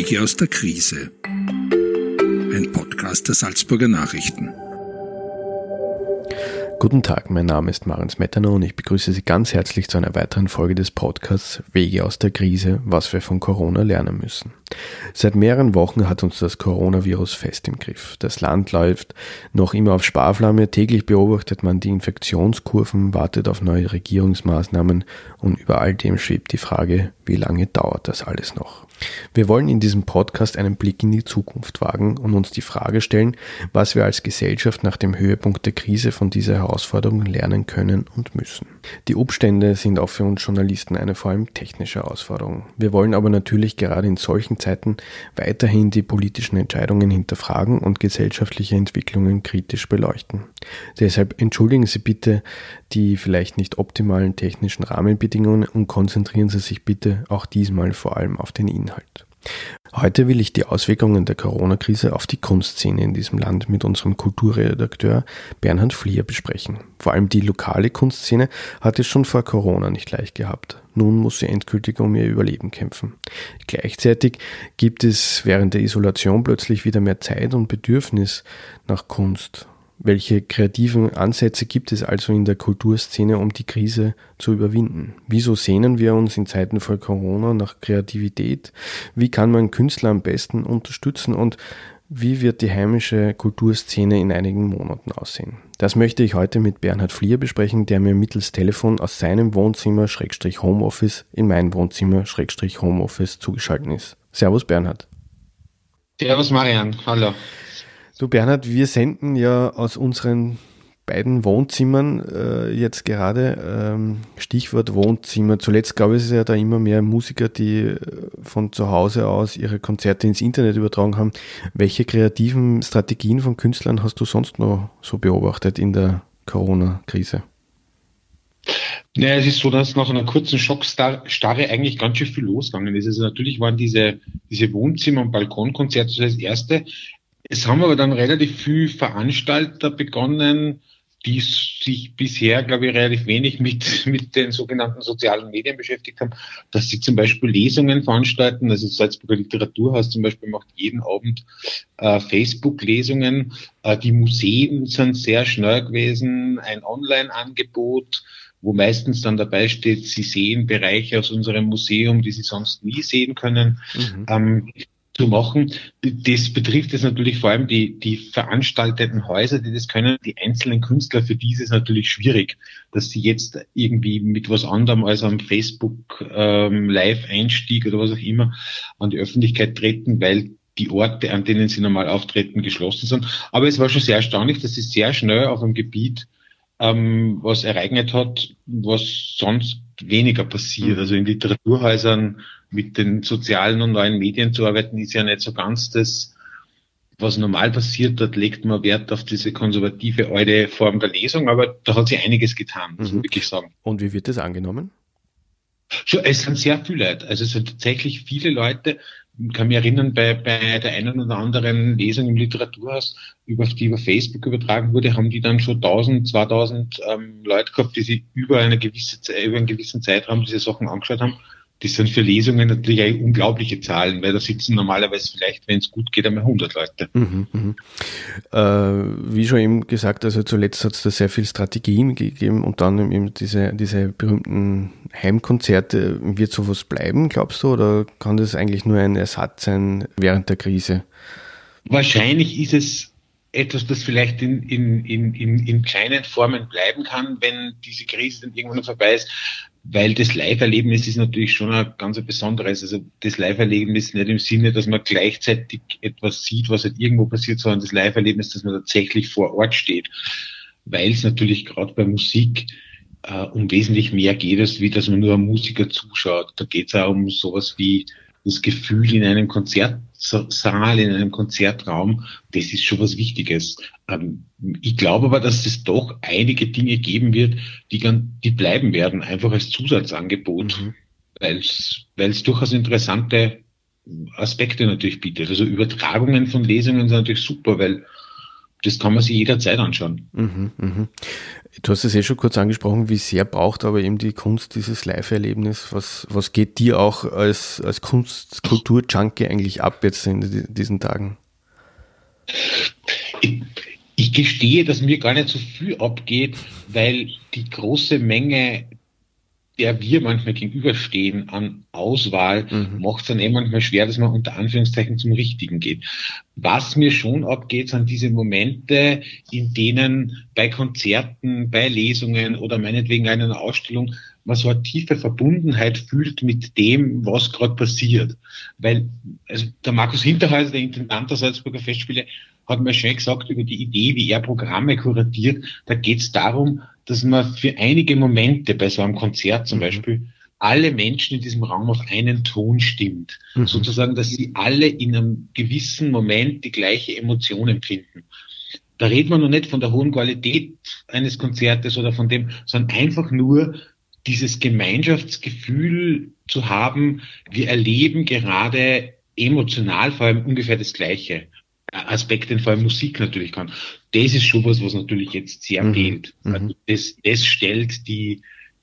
Wege aus der Krise. Ein Podcast der Salzburger Nachrichten. Guten Tag, mein Name ist Marin Smetana und ich begrüße Sie ganz herzlich zu einer weiteren Folge des Podcasts Wege aus der Krise, was wir von Corona lernen müssen. Seit mehreren Wochen hat uns das Coronavirus fest im Griff. Das Land läuft noch immer auf Sparflamme, täglich beobachtet man die Infektionskurven, wartet auf neue Regierungsmaßnahmen und über all dem schwebt die Frage, wie lange dauert das alles noch? Wir wollen in diesem Podcast einen Blick in die Zukunft wagen und uns die Frage stellen, was wir als Gesellschaft nach dem Höhepunkt der Krise von dieser Herausforderung lernen können und müssen. Die Umstände sind auch für uns Journalisten eine vor allem technische Herausforderung. Wir wollen aber natürlich gerade in solchen Zeiten weiterhin die politischen Entscheidungen hinterfragen und gesellschaftliche Entwicklungen kritisch beleuchten. Deshalb entschuldigen Sie bitte die vielleicht nicht optimalen technischen Rahmenbedingungen und konzentrieren Sie sich bitte auch diesmal vor allem auf den Inhalt. Heute will ich die Auswirkungen der Corona-Krise auf die Kunstszene in diesem Land mit unserem Kulturredakteur Bernhard Flier besprechen. Vor allem die lokale Kunstszene hat es schon vor Corona nicht leicht gehabt. Nun muss sie endgültig um ihr Überleben kämpfen. Gleichzeitig gibt es während der Isolation plötzlich wieder mehr Zeit und Bedürfnis nach Kunst. Welche kreativen Ansätze gibt es also in der Kulturszene, um die Krise zu überwinden? Wieso sehnen wir uns in Zeiten vor Corona nach Kreativität? Wie kann man Künstler am besten unterstützen und wie wird die heimische Kulturszene in einigen Monaten aussehen? Das möchte ich heute mit Bernhard Flier besprechen, der mir mittels Telefon aus seinem Wohnzimmer/Homeoffice in mein Wohnzimmer/Homeoffice zugeschaltet ist. Servus Bernhard. Servus Marian, hallo. Du Bernhard, wir senden ja aus unseren beiden Wohnzimmern jetzt gerade, Stichwort Wohnzimmer. Zuletzt glaube ich, ist ja da immer mehr Musiker, die von zu Hause aus ihre Konzerte ins Internet übertragen haben. Welche kreativen Strategien von Künstlern hast du sonst noch so beobachtet in der Corona-Krise? Naja, es ist so, dass nach einer kurzen Schockstarre eigentlich ganz schön viel losgegangen ist. Also natürlich waren diese Wohnzimmer- und Balkonkonzerte das erste. Es haben aber dann relativ viele Veranstalter begonnen, die sich bisher, glaube ich, relativ wenig mit den sogenannten sozialen Medien beschäftigt haben, dass sie zum Beispiel Lesungen veranstalten. Also das Salzburger Literaturhaus zum Beispiel macht jeden Abend Facebook-Lesungen. Die Museen sind sehr schnell gewesen, ein Online-Angebot, wo meistens dann dabei steht, Sie sehen Bereiche aus unserem Museum, die Sie sonst nie sehen können. Zu machen. Das betrifft jetzt natürlich vor allem die veranstalteten Häuser, die das können, die einzelnen Künstler, für die ist es natürlich schwierig, dass sie jetzt irgendwie mit was anderem als am Facebook Live-Einstieg oder was auch immer an die Öffentlichkeit treten, weil die Orte, an denen sie normal auftreten, geschlossen sind. Aber es war schon sehr erstaunlich, dass sie sehr schnell auf einem Gebiet was ereignet hat, was sonst weniger passiert. Also in Literaturhäusern mit den sozialen und neuen Medien zu arbeiten, ist ja nicht so ganz das, was normal passiert. Dort legt man Wert auf diese konservative, alte Form der Lesung, aber da hat sich einiges getan, muss man wirklich sagen. Und wie wird das angenommen? Es sind sehr viele Leute. Also es sind tatsächlich viele Leute. Ich kann mich erinnern, bei der einen oder anderen Lesung im Literaturhaus, die über Facebook übertragen wurde, haben die dann schon 1000, 2000 Leute gehabt, die sich über einen gewissen Zeitraum diese Sachen angeschaut haben. Das sind für Lesungen natürlich eine unglaubliche Zahlen, weil da sitzen normalerweise vielleicht, wenn es gut geht, einmal 100 Leute. Wie schon eben gesagt, also zuletzt hat es da sehr viele Strategien gegeben und dann eben diese berühmten Heimkonzerte. Wird sowas bleiben, glaubst du, oder kann das eigentlich nur ein Ersatz sein während der Krise? Wahrscheinlich ist es etwas, das vielleicht in kleinen Formen bleiben kann, wenn diese Krise dann irgendwann vorbei ist. Weil das Live-Erlebnis ist natürlich schon ein ganz besonderes. Also das Live-Erlebnis nicht im Sinne, dass man gleichzeitig etwas sieht, was halt irgendwo passiert, sondern das Live-Erlebnis, dass man tatsächlich vor Ort steht. Weil es natürlich gerade bei Musik um wesentlich mehr geht, als wie dass man nur einem Musiker zuschaut. Da geht es auch um sowas wie das Gefühl in einem Konzertsaal, in einem Konzertraum. Das ist schon was Wichtiges. Ich glaube aber, dass es doch einige Dinge geben wird, die bleiben werden, einfach als Zusatzangebot, weil es durchaus interessante Aspekte natürlich bietet. Also Übertragungen von Lesungen sind natürlich super, weil das kann man sich jederzeit anschauen. Du hast es schon kurz angesprochen, wie sehr braucht aber eben die Kunst dieses Live-Erlebnis? Was geht dir auch als Kultur-Junkie eigentlich ab jetzt in diesen Tagen? Ich gestehe, dass mir gar nicht so viel abgeht, weil die große Menge, der wir manchmal gegenüberstehen an Auswahl, macht es dann manchmal schwer, dass man unter Anführungszeichen zum Richtigen geht. Was mir schon abgeht, sind diese Momente, in denen bei Konzerten, bei Lesungen oder meinetwegen einer Ausstellung man so eine tiefe Verbundenheit fühlt mit dem, was gerade passiert. Weil also der Markus Hinterhäuser, der Intendant der Salzburger Festspiele, hat mir schön gesagt über die Idee, wie er Programme kuratiert. Da geht es darum, dass man für einige Momente bei so einem Konzert zum Beispiel alle Menschen in diesem Raum auf einen Ton stimmt. Sozusagen, dass sie alle in einem gewissen Moment die gleiche Emotion empfinden. Da redet man noch nicht von der hohen Qualität eines Konzertes oder von dem, sondern einfach nur dieses Gemeinschaftsgefühl zu haben, wir erleben gerade emotional vor allem ungefähr das Gleiche. Aspekte, vor allem Musik natürlich kann. Das ist schon was natürlich jetzt sehr fehlt. Also das stellt die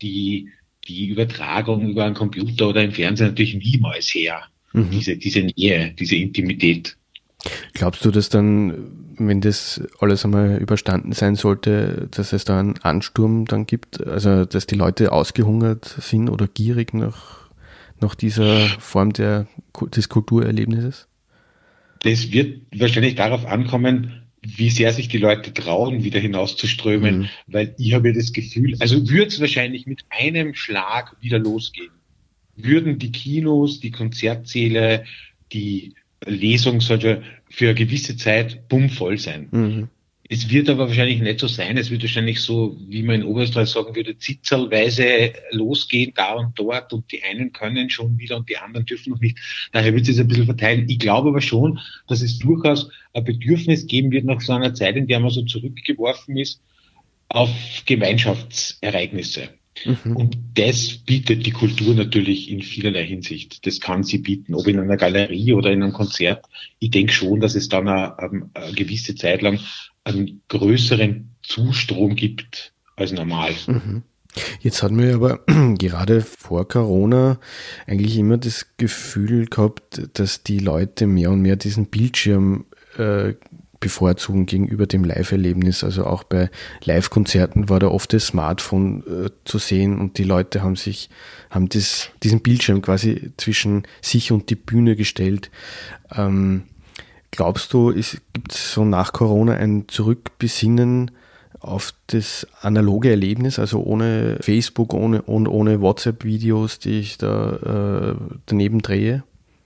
Übertragung über einen Computer oder im Fernsehen natürlich niemals her. Diese Nähe, diese Intimität. Glaubst du, dass dann, wenn das alles einmal überstanden sein sollte, dass es da einen Ansturm dann gibt? Also, dass die Leute ausgehungert sind oder gierig nach dieser Form des Kulturerlebnisses? Das wird wahrscheinlich darauf ankommen, wie sehr sich die Leute trauen, wieder hinauszuströmen, weil ich habe ja das Gefühl, also würde es wahrscheinlich mit einem Schlag wieder losgehen. Würden die Kinos, die Konzertsäle, die Lesung sollte für eine gewisse Zeit bummvoll sein. Es wird aber wahrscheinlich nicht so sein. Es wird wahrscheinlich so, wie man in Oberösterreich sagen würde, zitzelweise losgehen, da und dort, und die einen können schon wieder und die anderen dürfen noch nicht. Daher wird es ein bisschen verteilen. Ich glaube aber schon, dass es durchaus ein Bedürfnis geben wird nach so einer Zeit, in der man so zurückgeworfen ist auf Gemeinschaftsereignisse. Und das bietet die Kultur natürlich in vielerlei Hinsicht. Das kann sie bieten, ob in einer Galerie oder in einem Konzert. Ich denke schon, dass es dann eine gewisse Zeit lang einen größeren Zustrom gibt als normal. Jetzt hatten wir aber gerade vor Corona eigentlich immer das Gefühl gehabt, dass die Leute mehr und mehr diesen Bildschirm bevorzugen gegenüber dem Live-Erlebnis. Also auch bei Live-Konzerten war da oft das Smartphone zu sehen und die Leute haben diesen Bildschirm quasi zwischen sich und die Bühne gestellt. Glaubst du, gibt es so nach Corona ein Zurückbesinnen auf das analoge Erlebnis, also ohne Facebook, ohne WhatsApp-Videos, die ich da daneben drehe?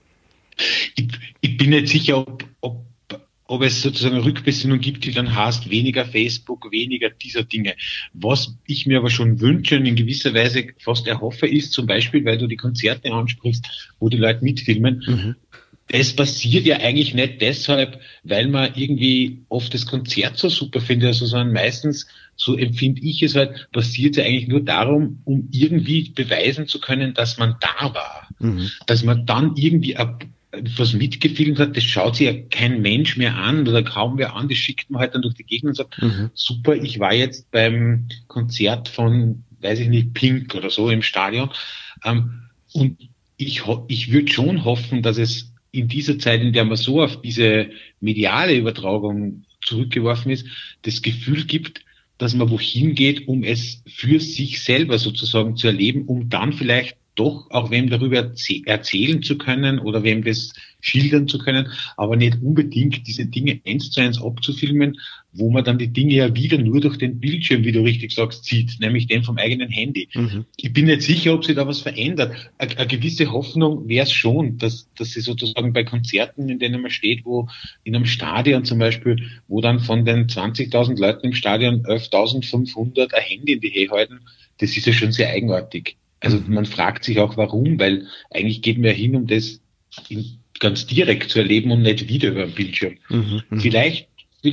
Ich bin nicht sicher, ob es sozusagen eine Rückbesinnung gibt, die dann heißt, weniger Facebook, weniger dieser Dinge. Was ich mir aber schon wünsche und in gewisser Weise fast erhoffe, ist zum Beispiel, weil du die Konzerte ansprichst, wo die Leute mitfilmen, das passiert ja eigentlich nicht deshalb, weil man irgendwie oft das Konzert so super findet, sondern meistens, so empfinde ich es halt, passiert ja eigentlich nur darum, um irgendwie beweisen zu können, dass man da war. Dass man dann irgendwie was mitgefilmt hat, das schaut sich ja kein Mensch mehr an oder kaum mehr an, das schickt man halt dann durch die Gegend und sagt, super, ich war jetzt beim Konzert von, weiß ich nicht, Pink oder so im Stadion. Und ich würde schon hoffen, dass es in dieser Zeit, in der man so auf diese mediale Übertragung zurückgeworfen ist, das Gefühl gibt, dass man wohin geht, um es für sich selber sozusagen zu erleben, um dann vielleicht doch auch wem darüber erzählen zu können oder wem das schildern zu können, aber nicht unbedingt diese Dinge 1:1 abzufilmen, wo man dann die Dinge ja wieder nur durch den Bildschirm, wie du richtig sagst, sieht, nämlich den vom eigenen Handy. Ich bin nicht sicher, ob sich da was verändert. Eine gewisse Hoffnung wäre es schon, dass sie sozusagen bei Konzerten, in denen man steht, wo in einem Stadion zum Beispiel, wo dann von den 20.000 Leuten im Stadion 11.500 ein Handy in die Höhe halten, das ist ja schon sehr eigenartig. Also man fragt sich auch, warum, weil eigentlich geht man ja hin, um das ganz direkt zu erleben und nicht wieder über den Bildschirm. Vielleicht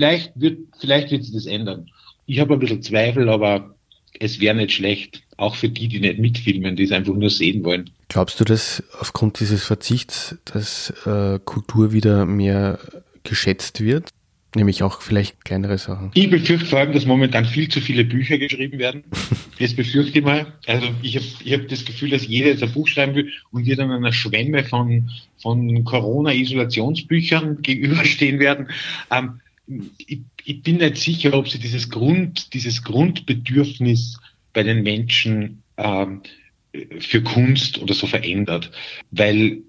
wird sich das ändern. Ich habe ein bisschen Zweifel, aber es wäre nicht schlecht, auch für die nicht mitfilmen, die es einfach nur sehen wollen. Glaubst du, dass aufgrund dieses Verzichts, dass Kultur wieder mehr geschätzt wird? Nämlich auch vielleicht kleinere Sachen. Ich befürchte vor allem, dass momentan viel zu viele Bücher geschrieben werden. Das befürchte ich mal. Also ich hab das Gefühl, dass jeder jetzt ein Buch schreiben will und wir dann einer Schwemme von Corona-Isolationsbüchern gegenüberstehen werden. Ich bin nicht sicher, ob sie dieses Grundbedürfnis bei den Menschen für Kunst oder so verändert. Weil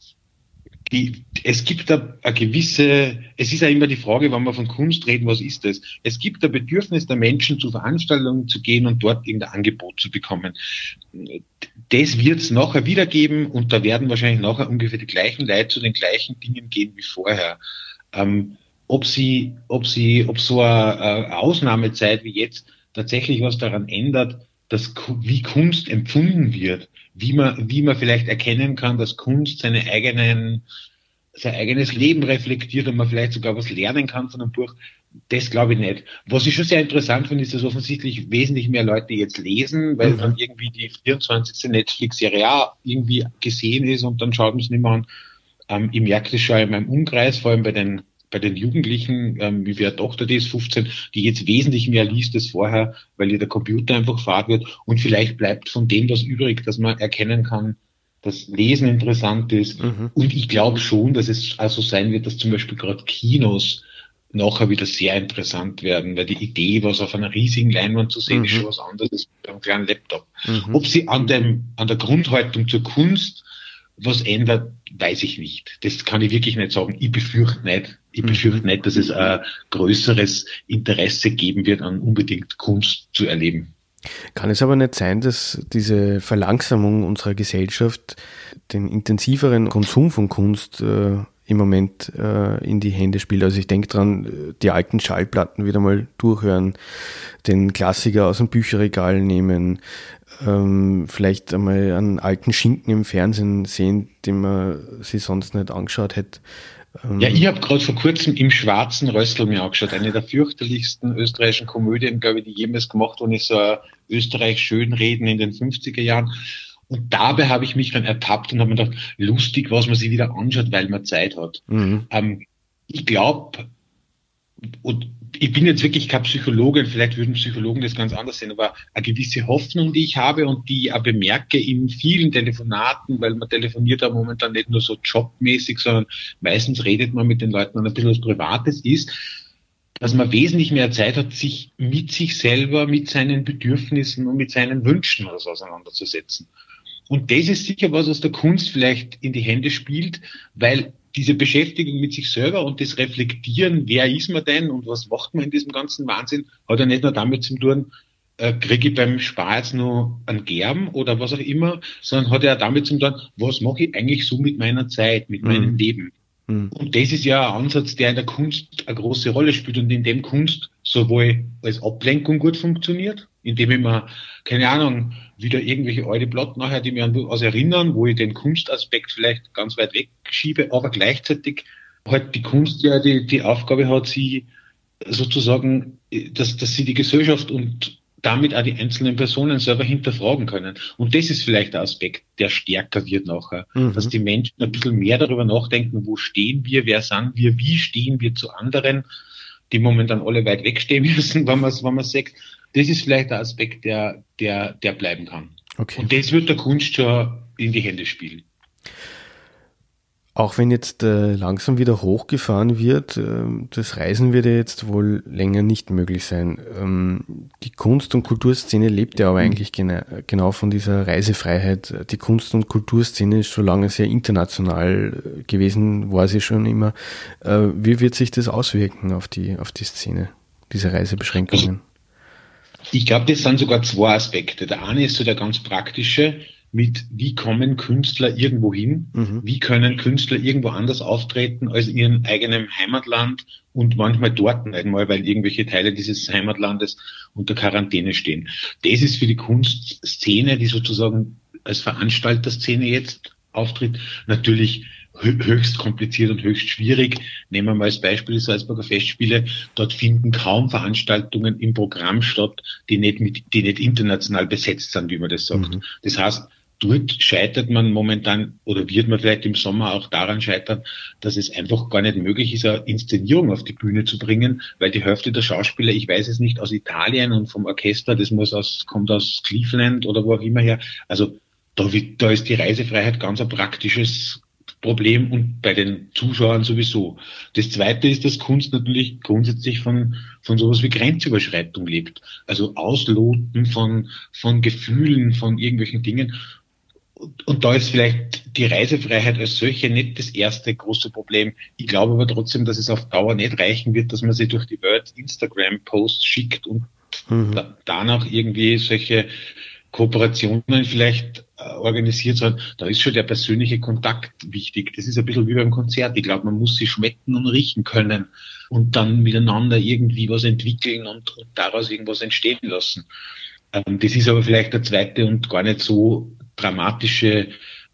es gibt da eine gewisse, es ist ja immer die Frage, wenn wir von Kunst reden, was ist das? Es gibt ein Bedürfnis der Menschen, zu Veranstaltungen zu gehen und dort irgendein Angebot zu bekommen. Das wird es nachher wieder geben und da werden wahrscheinlich nachher ungefähr die gleichen Leute zu den gleichen Dingen gehen wie vorher. Ob so eine Ausnahmezeit wie jetzt tatsächlich was daran ändert, wie Kunst empfunden wird, wie man vielleicht erkennen kann, dass Kunst sein eigenes Leben reflektiert und man vielleicht sogar was lernen kann von einem Buch, das glaube ich nicht. Was ich schon sehr interessant finde, ist, dass offensichtlich wesentlich mehr Leute jetzt lesen, weil dann irgendwie die 24. Netflix-Serie irgendwie gesehen ist und dann schaut man es nicht mehr an. Ich merke das schon in meinem Umkreis, vor allem bei den Jugendlichen, wie wir Tochter, die ist 15, die jetzt wesentlich mehr liest als vorher, weil ihr der Computer einfach fad wird und vielleicht bleibt von dem was übrig, dass man erkennen kann, dass Lesen interessant ist. Und ich glaube schon, dass es also sein wird, dass zum Beispiel gerade Kinos nachher wieder sehr interessant werden, weil die Idee, was auf einer riesigen Leinwand zu sehen, ist schon was anderes als beim kleinen Laptop. Ob sie an der Grundhaltung zur Kunst was ändert, weiß ich nicht. Das kann ich wirklich nicht sagen. Ich befürchte nicht. Dass es ein größeres Interesse geben wird, an unbedingt Kunst zu erleben. Kann es aber nicht sein, dass diese Verlangsamung unserer Gesellschaft den intensiveren Konsum von Kunst im Moment in die Hände spielt? Also ich denke dran, die alten Schallplatten wieder mal durchhören, den Klassiker aus dem Bücherregal nehmen, vielleicht einmal einen alten Schinken im Fernsehen sehen, den man sich sonst nicht angeschaut hätte. Ja, ich habe gerade vor kurzem Im Schwarzen Rössl mir angeschaut, eine der fürchterlichsten österreichischen Komödien, glaube ich, die jemals gemacht wurden, ist so ein Österreich Schönreden in den 50er Jahren. Und dabei habe ich mich dann ertappt und habe mir gedacht, lustig, was man sich wieder anschaut, weil man Zeit hat. Ich glaube, und ich bin jetzt wirklich kein Psychologe, vielleicht würden Psychologen das ganz anders sehen, aber eine gewisse Hoffnung, die ich habe und die ich auch bemerke in vielen Telefonaten, weil man telefoniert ja momentan nicht nur so jobmäßig, sondern meistens redet man mit den Leuten an ein bisschen was Privates ist, dass man wesentlich mehr Zeit hat, sich mit sich selber, mit seinen Bedürfnissen und mit seinen Wünschen oder so auseinanderzusetzen. Und das ist sicher was der Kunst vielleicht in die Hände spielt, weil diese Beschäftigung mit sich selber und das Reflektieren, wer ist man denn und was macht man in diesem ganzen Wahnsinn, hat ja nicht nur damit zu tun, kriege ich beim Spar jetzt nur einen Gerben oder was auch immer, sondern hat ja damit zu tun, was mache ich eigentlich so mit meiner Zeit, mit meinem Leben. Und das ist ja ein Ansatz, der in der Kunst eine große Rolle spielt und in dem Kunst sowohl als Ablenkung gut funktioniert, indem ich mir, keine Ahnung, wieder irgendwelche alte Platten nachher, die mir an was erinnern, wo ich den Kunstaspekt vielleicht ganz weit wegschiebe, aber gleichzeitig halt die Kunst ja die Aufgabe hat, sie sozusagen, dass sie die Gesellschaft und damit auch die einzelnen Personen selber hinterfragen können. Und das ist vielleicht der Aspekt, der stärker wird nachher, dass die Menschen ein bisschen mehr darüber nachdenken, wo stehen wir, wer sind wir, wie stehen wir zu anderen, die momentan alle weit wegstehen müssen, wenn man sagt. Das ist vielleicht der Aspekt, der bleiben kann. Okay. Und das wird der Kunst schon in die Hände spielen. Auch wenn jetzt langsam wieder hochgefahren wird, das Reisen wird ja jetzt wohl länger nicht möglich sein. Die Kunst- und Kulturszene lebt ja aber eigentlich genau von dieser Reisefreiheit. Die Kunst- und Kulturszene ist schon lange sehr international gewesen, war sie schon immer. Wie wird sich das auswirken auf die Szene, diese Reisebeschränkungen? Ich glaube, das sind sogar zwei Aspekte. Der eine ist so der ganz praktische, mit wie kommen Künstler irgendwo hin, wie können Künstler irgendwo anders auftreten als in ihrem eigenen Heimatland und manchmal dort nicht mal, weil irgendwelche Teile dieses Heimatlandes unter Quarantäne stehen. Das ist für die Kunstszene, die sozusagen als Veranstalterszene jetzt auftritt, natürlich höchst kompliziert und höchst schwierig. Nehmen wir mal als Beispiel die Salzburger Festspiele. Dort finden kaum Veranstaltungen im Programm statt, die nicht international besetzt sind, wie man das sagt. Das heißt, dort scheitert man momentan oder wird man vielleicht im Sommer auch daran scheitern, dass es einfach gar nicht möglich ist, eine Inszenierung auf die Bühne zu bringen, weil die Hälfte der Schauspieler, ich weiß es nicht, aus Italien und vom Orchester, kommt aus Cleveland oder wo auch immer her. Also da ist die Reisefreiheit ganz ein praktisches Problem und bei den Zuschauern sowieso. Das Zweite ist, dass Kunst natürlich grundsätzlich von sowas wie Grenzüberschreitung lebt. Also Ausloten von Gefühlen, von irgendwelchen Dingen. Und da ist vielleicht die Reisefreiheit als solche nicht das erste große Problem. Ich glaube aber trotzdem, dass es auf Dauer nicht reichen wird, dass man sich durch die Welt Instagram-Posts schickt und danach irgendwie solche Kooperationen vielleicht organisiert, sondern da ist schon der persönliche Kontakt wichtig. Das ist ein bisschen wie beim Konzert. Ich glaube, man muss sich schmecken und riechen können und dann miteinander irgendwie was entwickeln und daraus irgendwas entstehen lassen. Das ist aber vielleicht der zweite und gar nicht so dramatische,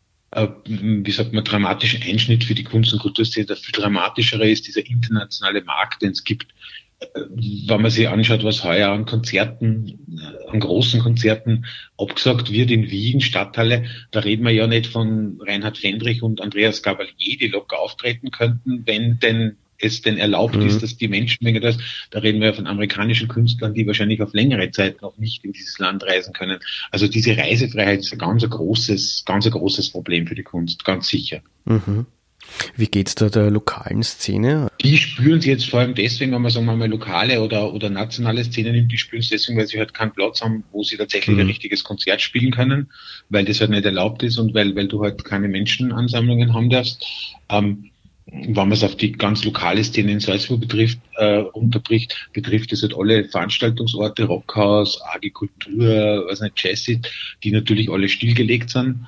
dramatische Einschnitt für die Kunst- und Kulturszene. Der viel dramatischere ist dieser internationale Markt, den es gibt. Wenn man sich anschaut, was heuer an Konzerten, an großen Konzerten abgesagt wird in Wien, Stadthalle, da reden wir ja nicht von Reinhard Fendrich und Andreas Gabalier, die locker auftreten könnten, wenn denn es denn erlaubt ist, dass die Menschenmenge da ist. Da reden wir ja von amerikanischen Künstlern, die wahrscheinlich auf längere Zeit noch nicht in dieses Land reisen können. Also diese Reisefreiheit ist ein ganz großes Problem für die Kunst, ganz sicher. Mhm. Wie geht's da der lokalen Szene? Die spüren sie jetzt vor allem deswegen, wenn man sagen wir mal lokale oder nationale Szene nimmt, die spüren es deswegen, weil sie halt keinen Platz haben, wo sie tatsächlich ein richtiges Konzert spielen können, weil das halt nicht erlaubt ist und weil du halt keine Menschenansammlungen haben darfst. Wenn man es auf die ganz lokale Szene in Salzburg runterbricht, betrifft es halt alle Veranstaltungsorte, Rockhaus, AG Kultur, Jazzit, die natürlich alle stillgelegt sind.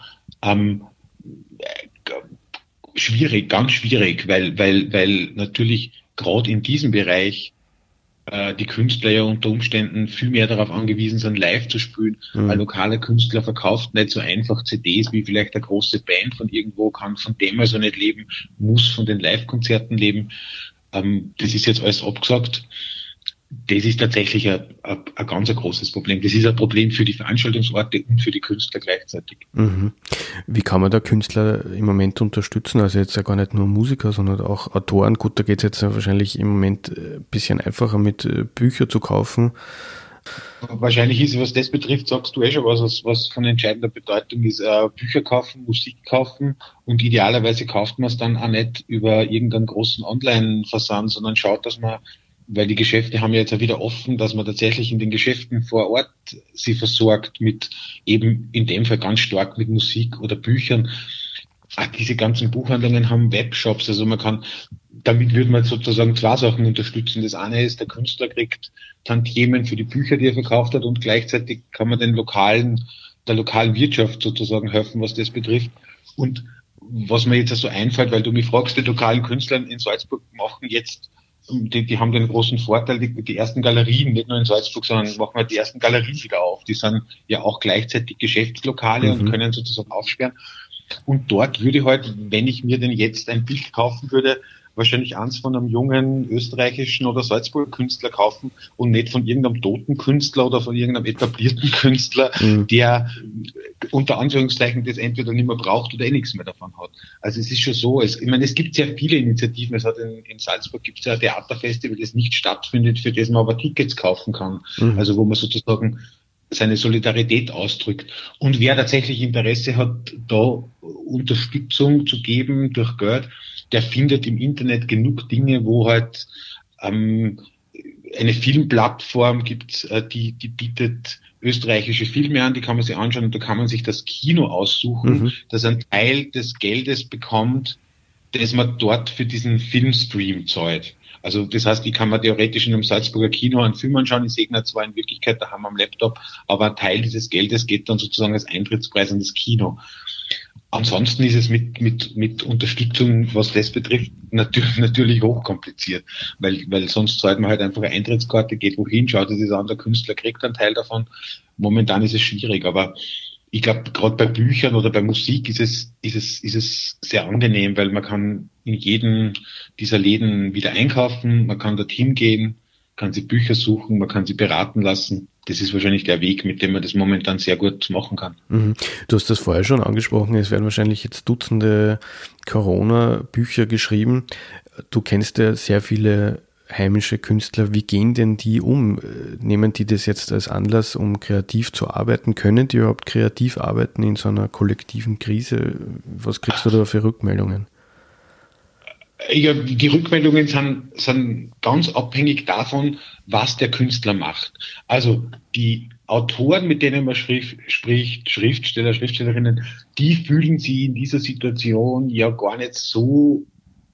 Schwierig, ganz schwierig, weil natürlich gerade in diesem Bereich die Künstler ja unter Umständen viel mehr darauf angewiesen sind, live zu spielen. Ein lokaler Künstler verkauft nicht so einfach CDs wie vielleicht eine große Band von irgendwo, kann von dem also nicht leben, muss von den Live-Konzerten leben. Das ist jetzt alles abgesagt. Das ist tatsächlich ein ganz großes Problem. Das ist ein Problem für die Veranstaltungsorte und für die Künstler gleichzeitig. Mhm. Wie kann man da Künstler im Moment unterstützen? Also jetzt ja gar nicht nur Musiker, sondern auch Autoren. Gut, da geht es jetzt wahrscheinlich im Moment ein bisschen einfacher mit Bücher zu kaufen. Wahrscheinlich ist, was das betrifft, sagst du schon was von entscheidender Bedeutung ist. Bücher kaufen, Musik kaufen und idealerweise kauft man es dann auch nicht über irgendeinen großen Online-Versand, sondern schaut, dass man, weil die Geschäfte haben ja jetzt auch wieder offen, dass man tatsächlich in den Geschäften vor Ort sie versorgt mit eben in dem Fall ganz stark mit Musik oder Büchern. Diese ganzen Buchhandlungen haben Webshops, also damit würde man sozusagen zwei Sachen unterstützen. Das eine ist, der Künstler kriegt Tantiemen für die Bücher, die er verkauft hat und gleichzeitig kann man der lokalen Wirtschaft sozusagen helfen, was das betrifft. Und was mir jetzt so einfällt, weil du mich fragst, die lokalen Künstler in Salzburg machen jetzt, die haben den großen Vorteil, die ersten Galerien, nicht nur in Salzburg, sondern machen wir die ersten Galerien wieder auf. Die sind ja auch gleichzeitig Geschäftslokale und können sozusagen aufsperren. Und dort würde halt, wenn ich mir denn jetzt ein Bild kaufen würde, wahrscheinlich eins von einem jungen österreichischen oder Salzburger Künstler kaufen und nicht von irgendeinem toten Künstler oder von irgendeinem etablierten Künstler, der unter Anführungszeichen das entweder nicht mehr braucht oder nichts mehr davon hat. Also es ist schon so, es gibt sehr viele Initiativen. Es hat in Salzburg gibt es ja ein Theaterfestival, das nicht stattfindet, für das man aber Tickets kaufen kann. Also wo man sozusagen seine Solidarität ausdrückt. Und wer tatsächlich Interesse hat, da Unterstützung zu geben durch Geld, der findet im Internet genug Dinge, wo halt eine Filmplattform gibt, die bietet österreichische Filme an, die kann man sich anschauen und da kann man sich das Kino aussuchen, das einen Teil des Geldes bekommt, das man dort für diesen Filmstream zahlt. Also das heißt, ich kann mir theoretisch in einem Salzburger Kino einen Film anschauen, ich sehe ihn zwar in Wirklichkeit daheim am Laptop, aber ein Teil dieses Geldes geht dann sozusagen als Eintrittspreis an das Kino. Ansonsten ist es mit Unterstützung, was das betrifft, natürlich hochkompliziert, weil sonst zahlt man halt einfach eine Eintrittskarte, geht wohin, schaut es sich an, der Künstler kriegt einen Teil davon. Momentan ist es schwierig, aber ich glaube, gerade bei Büchern oder bei Musik ist es sehr angenehm, weil man kann in jedem dieser Läden wieder einkaufen, man kann dorthin gehen, kann sich Bücher suchen, man kann sie beraten lassen. das ist wahrscheinlich der Weg, mit dem man das momentan sehr gut machen kann. Mhm. Du hast das vorher schon angesprochen, es werden wahrscheinlich jetzt Dutzende Corona-Bücher geschrieben. Du kennst ja sehr viele heimische Künstler. Wie gehen denn die um? Nehmen die das jetzt als Anlass, um kreativ zu arbeiten? Können die überhaupt kreativ arbeiten in so einer kollektiven Krise? Was kriegst du da für Rückmeldungen? Ja, die Rückmeldungen sind ganz abhängig davon, was der Künstler macht. Also die Autoren, mit denen man spricht, Schriftsteller, Schriftstellerinnen, die fühlen sich in dieser Situation ja gar nicht so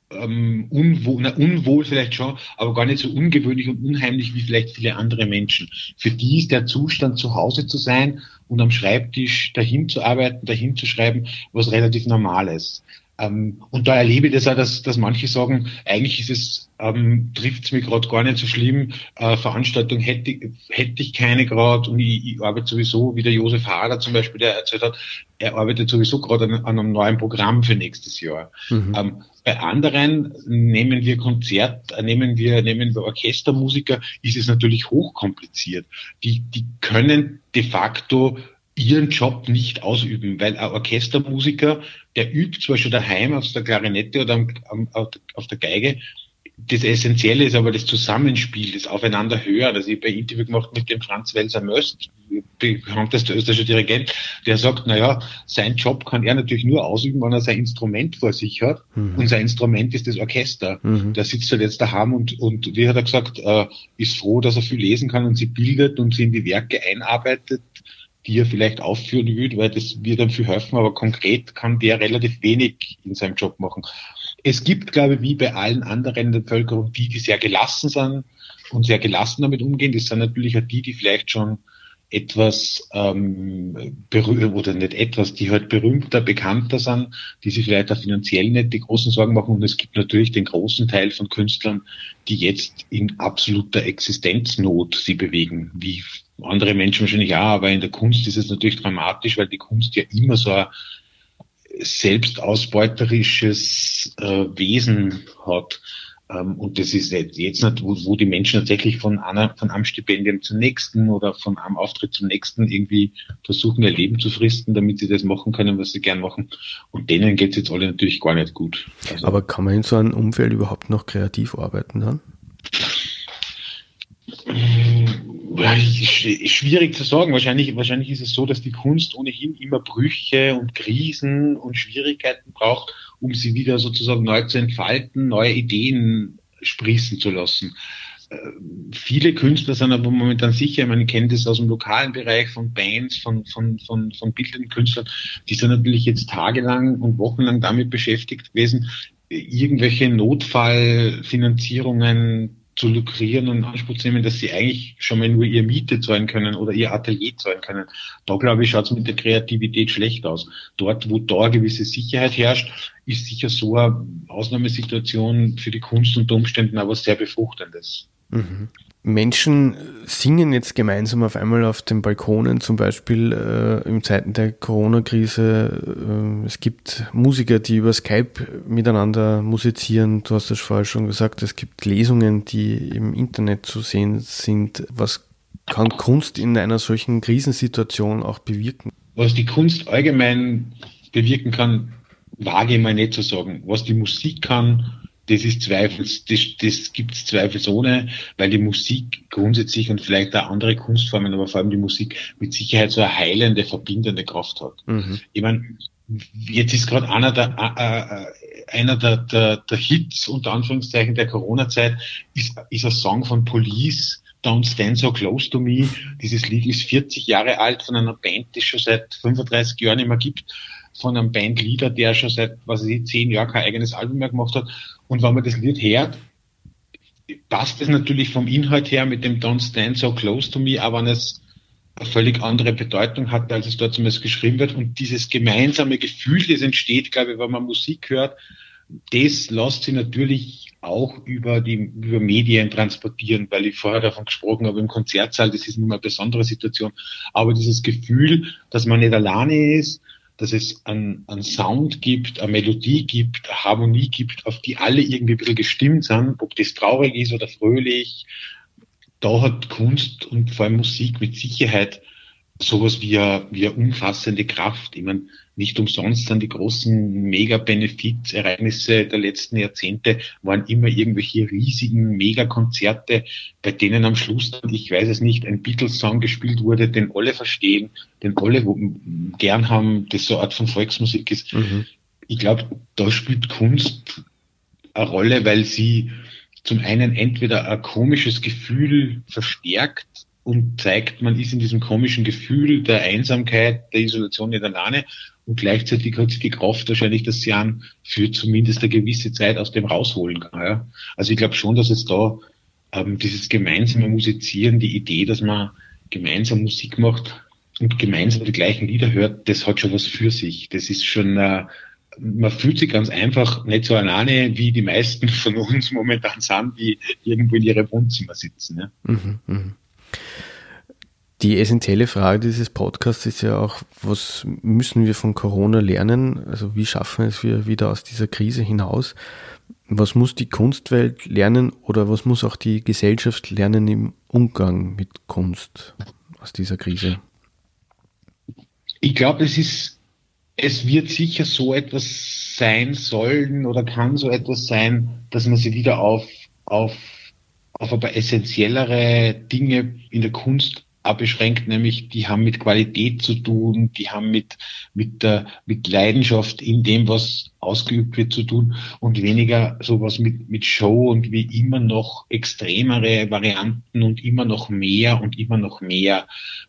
unwohl vielleicht schon, aber gar nicht so ungewöhnlich und unheimlich wie vielleicht viele andere Menschen. Für die ist der Zustand, zu Hause zu sein und am Schreibtisch dahin zu arbeiten, dahin zu schreiben, was relativ Normales. Und da erlebe ich das auch, dass manche sagen, eigentlich ist es, trifft es mich gerade gar nicht so schlimm, Veranstaltung hätte ich keine gerade und ich arbeite sowieso, wie der Josef Hader zum Beispiel, der erzählt hat, er arbeitet sowieso gerade an einem neuen Programm für nächstes Jahr. Mhm. Bei anderen nehmen wir Orchestermusiker, ist es natürlich hochkompliziert. Die können de facto ihren Job nicht ausüben, weil ein Orchestermusiker, der übt zwar schon daheim auf der Klarinette oder auf der Geige, das Essentielle ist aber das Zusammenspiel, das Aufeinanderhören. Also ich habe ein Interview gemacht mit dem Franz Welser-Möst, bekanntester österreichischer Dirigent, der sagt, naja, sein Job kann er natürlich nur ausüben, wenn er sein Instrument vor sich hat. Mhm. Und sein Instrument ist das Orchester. Mhm. Der sitzt halt jetzt daheim und wie hat er gesagt, ist froh, dass er viel lesen kann und sie bildet und sie in die Werke einarbeitet, die er vielleicht aufführen will, weil das wird ihm viel helfen, aber konkret kann der relativ wenig in seinem Job machen. Es gibt, glaube ich, wie bei allen anderen in der Bevölkerung, die sehr gelassen sind und sehr gelassen damit umgehen. Das sind natürlich auch die vielleicht schon etwas oder nicht etwas, die halt berühmter, bekannter sind, die sich vielleicht auch finanziell nicht die großen Sorgen machen. Und es gibt natürlich den großen Teil von Künstlern, die jetzt in absoluter Existenznot sie bewegen, wie andere Menschen wahrscheinlich auch, aber in der Kunst ist es natürlich dramatisch, weil die Kunst ja immer so ein selbstausbeuterisches Wesen hat. Und das ist jetzt nicht, wo die Menschen tatsächlich von einem Stipendium zum nächsten oder von einem Auftritt zum nächsten irgendwie versuchen, ihr Leben zu fristen, damit sie das machen können, was sie gern machen. Und denen geht es jetzt alle natürlich gar nicht gut. Also, aber kann man in so einem Umfeld überhaupt noch kreativ arbeiten dann? Schwierig zu sagen. Wahrscheinlich ist es so, dass die Kunst ohnehin immer Brüche und Krisen und Schwierigkeiten braucht, um sie wieder sozusagen neu zu entfalten, neue Ideen sprießen zu lassen. Viele Künstler sind aber momentan sicher, man kennt das aus dem lokalen Bereich von Bands, von bildenden Künstlern, die sind natürlich jetzt tagelang und wochenlang damit beschäftigt gewesen, irgendwelche Notfallfinanzierungen zu lukrieren und in Anspruch zu nehmen, dass sie eigentlich schon mal nur ihre Miete zahlen können oder ihr Atelier zahlen können. Da, glaube ich, schaut es mit der Kreativität schlecht aus. Dort, wo da eine gewisse Sicherheit herrscht, ist sicher so eine Ausnahmesituation für die Kunst unter Umständen aber sehr Befruchtendes. Mhm. Menschen singen jetzt gemeinsam auf einmal auf den Balkonen, zum Beispiel in Zeiten der Corona-Krise. Es gibt Musiker, die über Skype miteinander musizieren. Du hast das vorher schon gesagt, es gibt Lesungen, die im Internet zu sehen sind. Was kann Kunst in einer solchen Krisensituation auch bewirken? Was die Kunst allgemein bewirken kann, wage ich mal nicht zu sagen. Was die Musik kann, das gibt's zweifelsohne, weil die Musik grundsätzlich und vielleicht auch andere Kunstformen, aber vor allem die Musik mit Sicherheit so eine heilende, verbindende Kraft hat. Mhm. Ich meine, jetzt ist gerade einer der Hits, unter Anführungszeichen, der Corona-Zeit, ist ein Song von Police, Don't Stand So Close to Me. Dieses Lied ist 40 Jahre alt, von einer Band, die es schon seit 35 Jahren nicht mehr gibt, von einem Bandleader, der schon seit, 10 Jahren kein eigenes Album mehr gemacht hat. Und wenn man das Lied hört, passt es natürlich vom Inhalt her mit dem Don't Stand So Close to Me, aber wenn es eine völlig andere Bedeutung hat, als es dort zumindest geschrieben wird. Und dieses gemeinsame Gefühl, das entsteht, glaube ich, wenn man Musik hört, das lässt sich natürlich auch über Medien transportieren, weil ich vorher davon gesprochen habe, im Konzertsaal, das ist nun mal eine besondere Situation. Aber dieses Gefühl, dass man nicht alleine ist, dass es einen Sound gibt, eine Melodie gibt, eine Harmonie gibt, auf die alle irgendwie ein bisschen gestimmt sind, ob das traurig ist oder fröhlich, da hat Kunst und vor allem Musik mit Sicherheit sowas wie eine umfassende Kraft. Ich meine, nicht umsonst sind die großen Mega-Benefit-Ereignisse der letzten Jahrzehnte, waren immer irgendwelche riesigen Megakonzerte, bei denen am Schluss dann, ich weiß es nicht, ein Beatles-Song gespielt wurde, den alle verstehen, den alle gern haben, das so eine Art von Volksmusik ist. Mhm. Ich glaube, da spielt Kunst eine Rolle, weil sie zum einen entweder ein komisches Gefühl verstärkt und zeigt, man ist in diesem komischen Gefühl der Einsamkeit, der Isolation nicht alleine, und gleichzeitig hat sie die Kraft wahrscheinlich, dass sie einen für zumindest eine gewisse Zeit aus dem rausholen kann. Ja? Also ich glaube schon, dass es da dieses gemeinsame Musizieren, die Idee, dass man gemeinsam Musik macht und gemeinsam die gleichen Lieder hört, das hat schon was für sich. Das ist schon, man fühlt sich ganz einfach nicht so alleine, wie die meisten von uns momentan sind, die irgendwo in ihrem Wohnzimmer sitzen. Ja? Mhm, mh. Die essentielle Frage dieses Podcasts ist ja auch, was müssen wir von Corona lernen? Also wie schaffen wir es wieder aus dieser Krise hinaus? Was muss die Kunstwelt lernen oder was muss auch die Gesellschaft lernen im Umgang mit Kunst aus dieser Krise? Ich glaube, es wird sicher so etwas sein sollen oder kann so etwas sein, dass man sich wieder auf aber essentiellere Dinge in der Kunst beschränkt, nämlich die haben mit Qualität zu tun, die haben mit Leidenschaft in dem, was ausgeübt wird, zu tun und weniger sowas mit Show und wie immer noch extremere Varianten und immer noch mehr und immer noch mehr.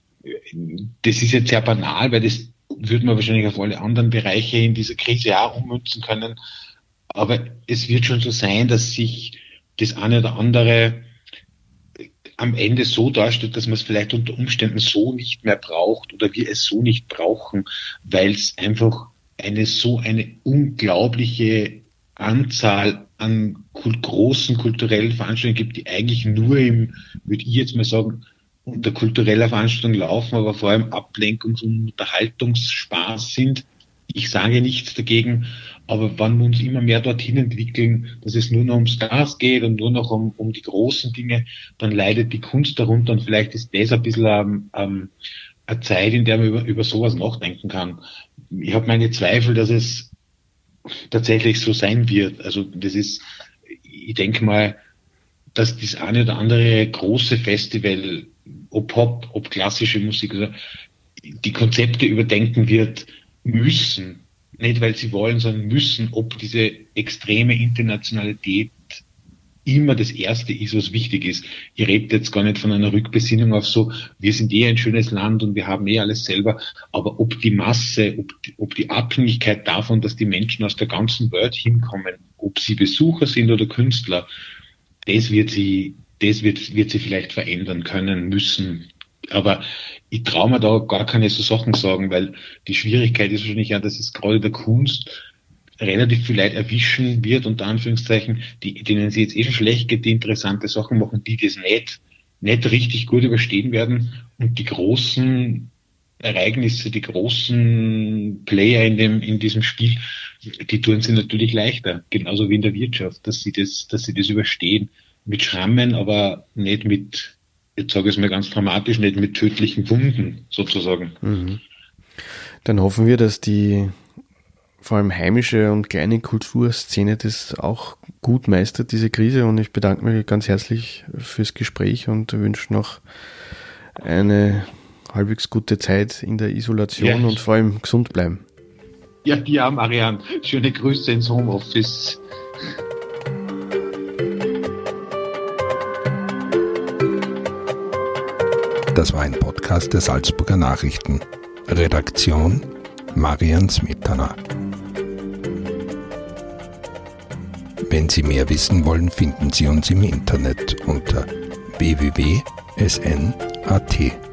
Das ist jetzt sehr banal, weil das würde man wahrscheinlich auf alle anderen Bereiche in dieser Krise auch ummünzen können. Aber es wird schon so sein, dass sich das eine oder andere am Ende so darstellt, dass man es vielleicht unter Umständen so nicht mehr braucht oder wir es so nicht brauchen, weil es einfach eine unglaubliche Anzahl an großen kulturellen Veranstaltungen gibt, die eigentlich nur würde ich jetzt mal sagen, unter kultureller Veranstaltung laufen, aber vor allem Ablenkungs- und Unterhaltungsspaß sind. Ich sage nichts dagegen, aber wenn wir uns immer mehr dorthin entwickeln, dass es nur noch um Stars geht und nur noch um die großen Dinge, dann leidet die Kunst darunter und vielleicht ist das ein bisschen eine Zeit, in der man über sowas nachdenken kann. Ich habe meine Zweifel, dass es tatsächlich so sein wird. Also ich denke mal, dass das eine oder andere große Festival, ob Pop, ob klassische Musik, also die Konzepte überdenken wird müssen. Nicht, weil sie wollen, sondern müssen, ob diese extreme Internationalität immer das Erste ist, was wichtig ist. Ich rede jetzt gar nicht von einer Rückbesinnung auf so, wir sind ein schönes Land und wir haben alles selber, aber ob die Masse, ob die Abhängigkeit davon, dass die Menschen aus der ganzen Welt hinkommen, ob sie Besucher sind oder Künstler, das wird sie vielleicht verändern können, müssen. Aber ich traue mir da gar keine so Sachen sagen, weil die Schwierigkeit ist wahrscheinlich ja, dass es gerade der Kunst relativ viel Leute erwischen wird, unter Anführungszeichen, denen sie jetzt schon schlecht geht, die interessante Sachen machen, die das nicht richtig gut überstehen werden. Und die großen Ereignisse, die großen Player in diesem Spiel, die tun sie natürlich leichter, genauso wie in der Wirtschaft, dass sie das überstehen. Mit Schrammen, aber nicht mit, jetzt sage ich es mal ganz dramatisch, nicht mit tödlichen Wunden sozusagen. Mhm. Dann hoffen wir, dass die vor allem heimische und kleine Kulturszene das auch gut meistert, diese Krise. Und ich bedanke mich ganz herzlich fürs Gespräch und wünsche noch eine halbwegs gute Zeit in der Isolation und vor allem gesund bleiben. Ja, dir auch, Marianne. Schöne Grüße ins Homeoffice. Das war ein Podcast der Salzburger Nachrichten. Redaktion Marian Smetana. Wenn Sie mehr wissen wollen, finden Sie uns im Internet unter www.sn.at.